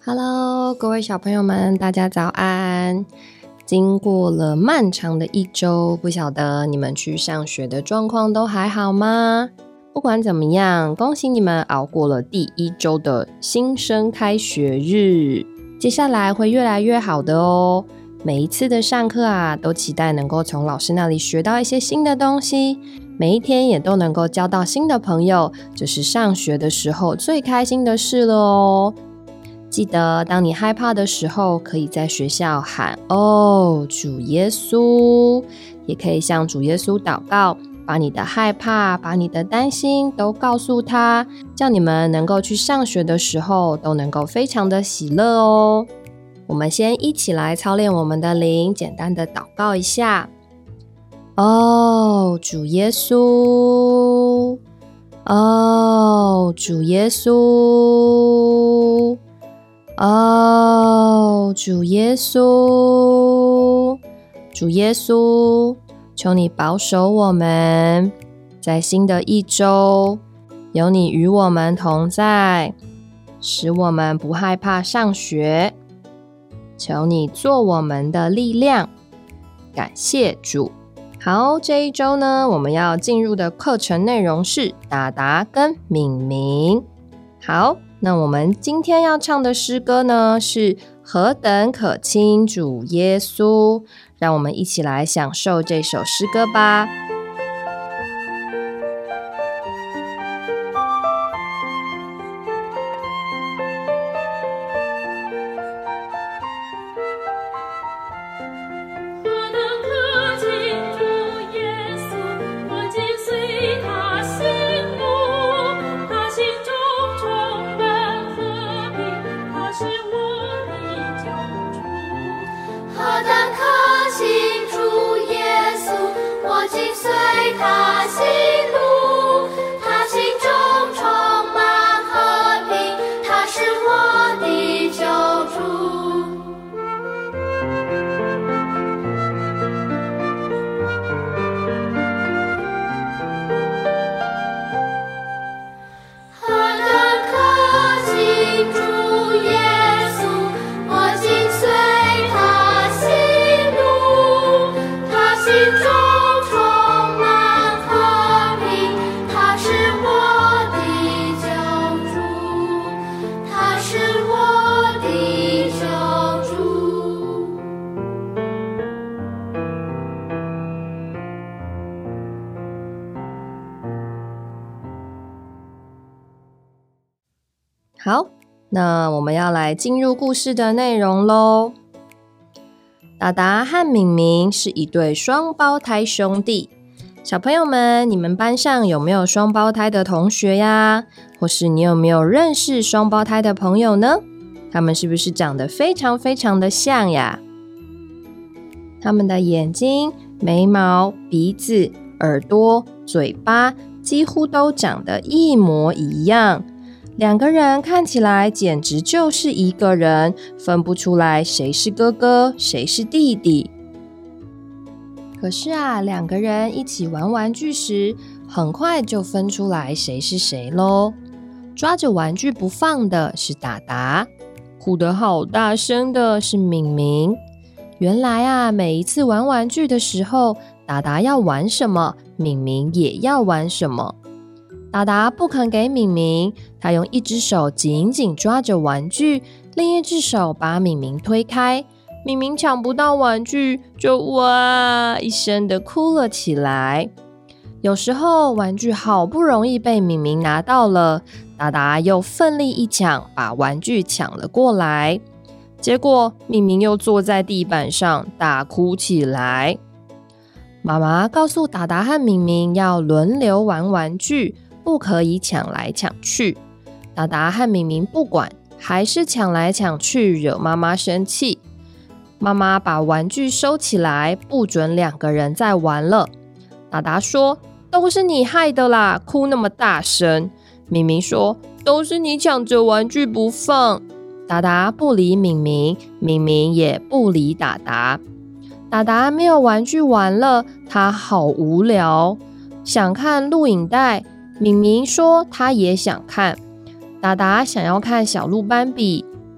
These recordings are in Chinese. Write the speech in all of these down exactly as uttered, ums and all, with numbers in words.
Hello， 各位小朋友们，大家早安！经过了漫长的一周，不晓得你们去上学的状况都还好吗？不管怎么样，恭喜你们熬过了第一周的新生开学日，接下来会越来越好的哦。每一次的上课啊，都期待能够从老师那里学到一些新的东西，每一天也都能够交到新的朋友，这是上学的时候最开心的事了哦。记得当你害怕的时候，可以在学校喊哦，主耶稣，也可以向主耶稣祷告，把你的害怕，把你的担心都告诉他，叫你们能够去上学的时候都能够非常的喜乐哦。我们先一起来操练我们的灵，简单的祷告一下。哦，主耶稣，哦，主耶稣，哦，主耶稣，主耶稣，求你保守我们，在新的一周，有你与我们同在，使我们不害怕上学。求你做我们的力量，感谢主。好，这一周呢，我们要进入的课程内容是达达跟敏敏。好，那我们今天要唱的诗歌呢，是何等可亲主耶稣，让我们一起来享受这首诗歌吧。好，那我们要来进入故事的内容咯。达达和敏敏是一对双胞胎兄弟。小朋友们，你们班上有没有双胞胎的同学呀？或是你有没有认识双胞胎的朋友呢？他们是不是长得非常非常的像呀？他们的眼睛、眉毛、鼻子、耳朵、嘴巴几乎都长得一模一样。两个人看起来简直就是一个人，分不出来谁是哥哥，谁是弟弟。可是啊，两个人一起玩玩具时，很快就分出来谁是谁咯。抓着玩具不放的是达达，哭得好大声的是敏敏。原来啊，每一次玩玩具的时候，达达要玩什么，敏敏也要玩什么。达达不肯给敏敏，他用一只手紧紧抓着玩具，另一只手把敏敏推开。敏敏抢不到玩具，就哇一声的哭了起来。有时候玩具好不容易被敏敏拿到了，达达又奋力一抢，把玩具抢了过来。结果敏敏又坐在地板上大哭起来。妈妈告诉达达和敏敏要轮流玩玩具，不可以抢来抢去。达达和敏敏不管，还是抢来抢去，惹妈妈生气。妈妈把玩具收起来，不准两个人再玩了。达达说：“都是你害的啦，哭那么大声。”敏敏说：“都是你抢着玩具不放。”达达不理敏敏，敏敏也不理达达。达达没有玩具玩了，他好无聊，想看录影带。敏敏说他也想看。达达想要看小鹿斑比，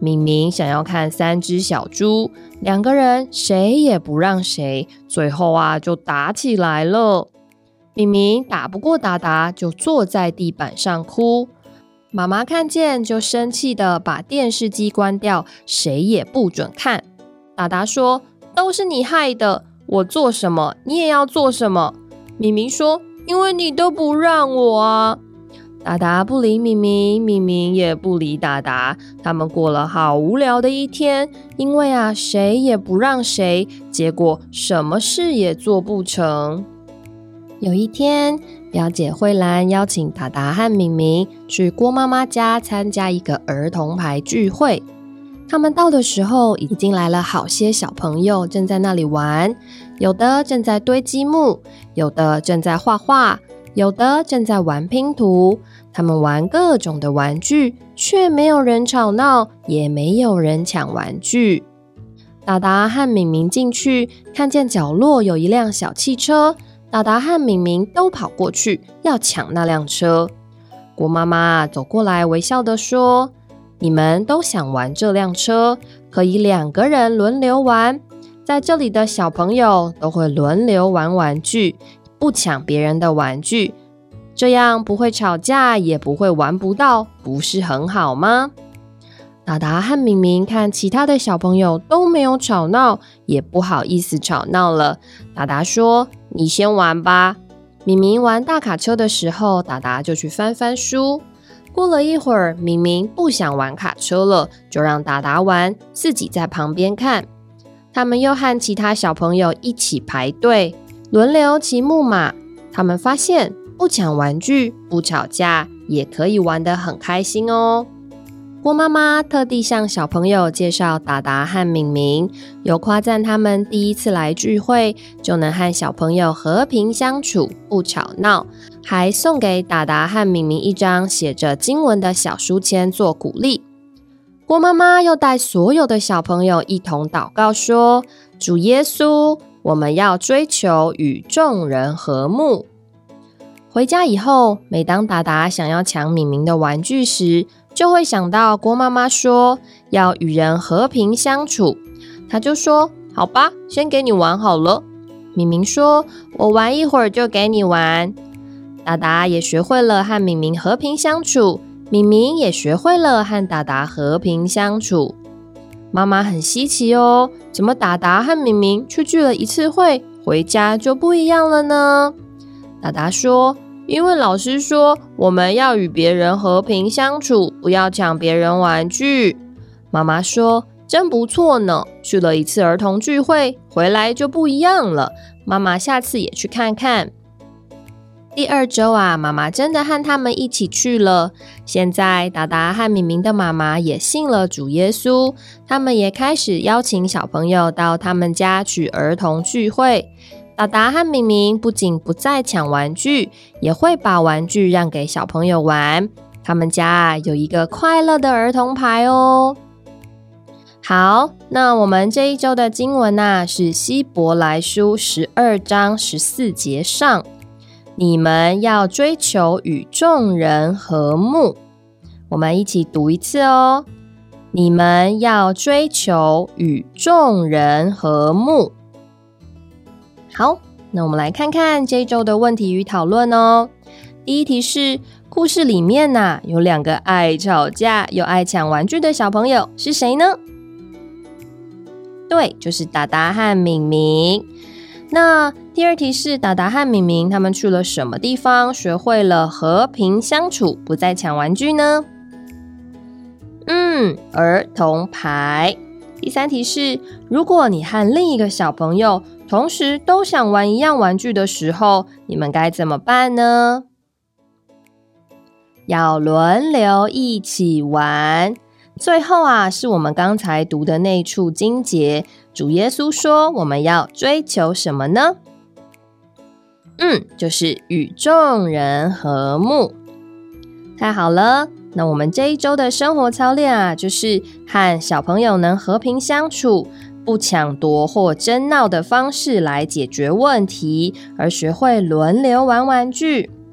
敏敏想要看三只小猪，两个人谁也不让谁，最后啊就打起来了。敏敏打不过达达，就坐在地板上哭。妈妈看见就生气的把电视机关掉，谁也不准看。达达说，都是你害的，我做什么你也要做什么。敏敏说，因为你都不让我啊。达达不理敏敏，敏敏也不理达达，他们过了好无聊的一天，因为啊谁也不让谁，结果什么事也做不成。有一天，表姐慧兰邀请达达和敏敏去郭妈妈家参加一个儿童牌聚会。他们到的时候，已经来了好些小朋友正在那里玩，有的正在堆积木，有的正在画画，有的正在玩拼图。他们玩各种的玩具，却没有人吵闹，也没有人抢玩具。达达和敏敏进去，看见角落有一辆小汽车，达达和敏敏都跑过去要抢那辆车。郭妈妈走过来微笑地说，你们都想玩这辆车，可以两个人轮流玩，在这里的小朋友都会轮流玩玩具，不抢别人的玩具，这样不会吵架，也不会玩不到，不是很好吗？达达和敏敏看其他的小朋友都没有吵闹，也不好意思吵闹了。达达说，你先玩吧。敏敏玩大卡车的时候，达达就去翻翻书。过了一会儿，敏敏不想玩卡车了，就让达达玩，自己在旁边看。他们又和其他小朋友一起排队，轮流骑木马。他们发现不抢玩具，不吵架，也可以玩得很开心哦。郭妈妈特地向小朋友介绍达达和敏敏，有夸赞他们第一次来聚会就能和小朋友和平相处，不吵闹，还送给达达和敏敏一张写着经文的小书签做鼓励。郭妈妈又带所有的小朋友一同祷告说，主耶稣，我们要追求与众人和睦。回家以后，每当达达想要抢敏敏的玩具时，就会想到郭妈妈说要与人和平相处，他就说，好吧，先给你玩好了。敏敏说，我玩一会儿就给你玩。达达也学会了和敏敏和平相处，敏敏也学会了和达达和平相处。妈妈很稀奇哦，怎么达达和敏敏去聚了一次会，回家就不一样了呢？达达说，因为老师说我们要与别人和平相处，不要抢别人玩具。妈妈说，真不错呢，去了一次儿童聚会，回来就不一样了，妈妈下次也去看看。第二周啊，妈妈真的和他们一起去了。现在达达和敏敏的妈妈也信了主耶稣，他们也开始邀请小朋友到他们家去儿童聚会。达达和敏敏不仅不再抢玩具，也会把玩具让给小朋友玩。他们家啊有一个快乐的儿童牌哦。好，那我们这一周的经文啊是希伯来书十二章十四节上，你们要追求与众人和睦。我们一起读一次哦。你们要追求与众人和睦。好，那我们来看看这一周的问题与讨论哦。第一题是，故事里面啊有两个爱吵架又爱抢玩具的小朋友是谁呢？对，就是达达和敏敏。那第二题是，达达和敏敏他们去了什么地方学会了和平相处，不再抢玩具呢？嗯，儿童牌。第三题是，如果你和另一个小朋友同时都想玩一样玩具的时候，你们该怎么办呢？要轮流一起玩。最后啊，是我们刚才读的那处经节，主耶稣说我们要追求什么呢？嗯，就是与众人和睦。太好了，那我们这一周的生活操练啊，就是和小朋友能和平相处，不抢夺或争闹的方式来解决问题，而学会轮流玩玩具。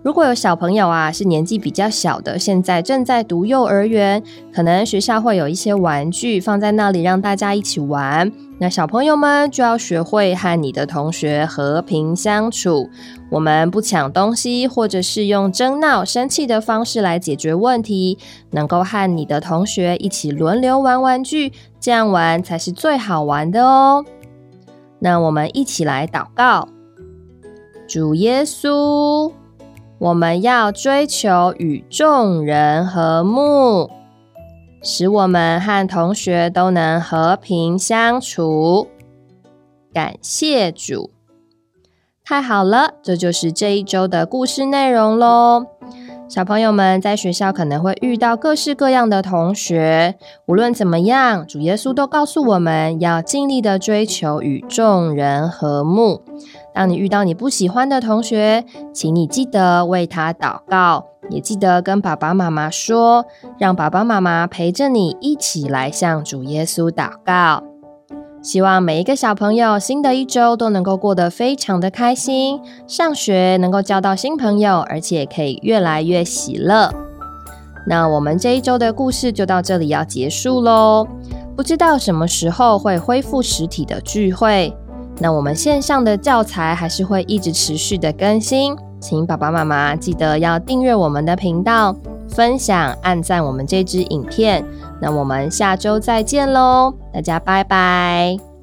如果有小朋友啊是年纪比较小的，现在正在读幼儿园，可能学校会有一些玩具放在那里让大家一起玩，那小朋友们就要学会和你的同学和平相处，我们不抢东西，或者是用争闹生气的方式来解决问题，能够和你的同学一起轮流玩玩具，这样玩才是最好玩的哦。那我们一起来祷告。主耶稣，我们要追求与众人和睦，使我们和同学都能和平相处。感谢主。太好了，这就是这一周的故事内容咯。小朋友们在学校可能会遇到各式各样的同学，无论怎么样，主耶稣都告诉我们要尽力的追求与众人和睦。当你遇到你不喜欢的同学，请你记得为他祷告，也记得跟爸爸妈妈说，让爸爸妈妈陪着你一起来向主耶稣祷告。希望每一个小朋友新的一周都能够过得非常的开心，上学能够交到新朋友，而且可以越来越喜乐。那我们这一周的故事就到这里要结束咯。不知道什么时候会恢复实体的聚会，那我们线上的教材还是会一直持续的更新，请爸爸妈妈记得要订阅我们的频道，分享按赞我们这支影片。那我们下周再见咯，大家拜拜。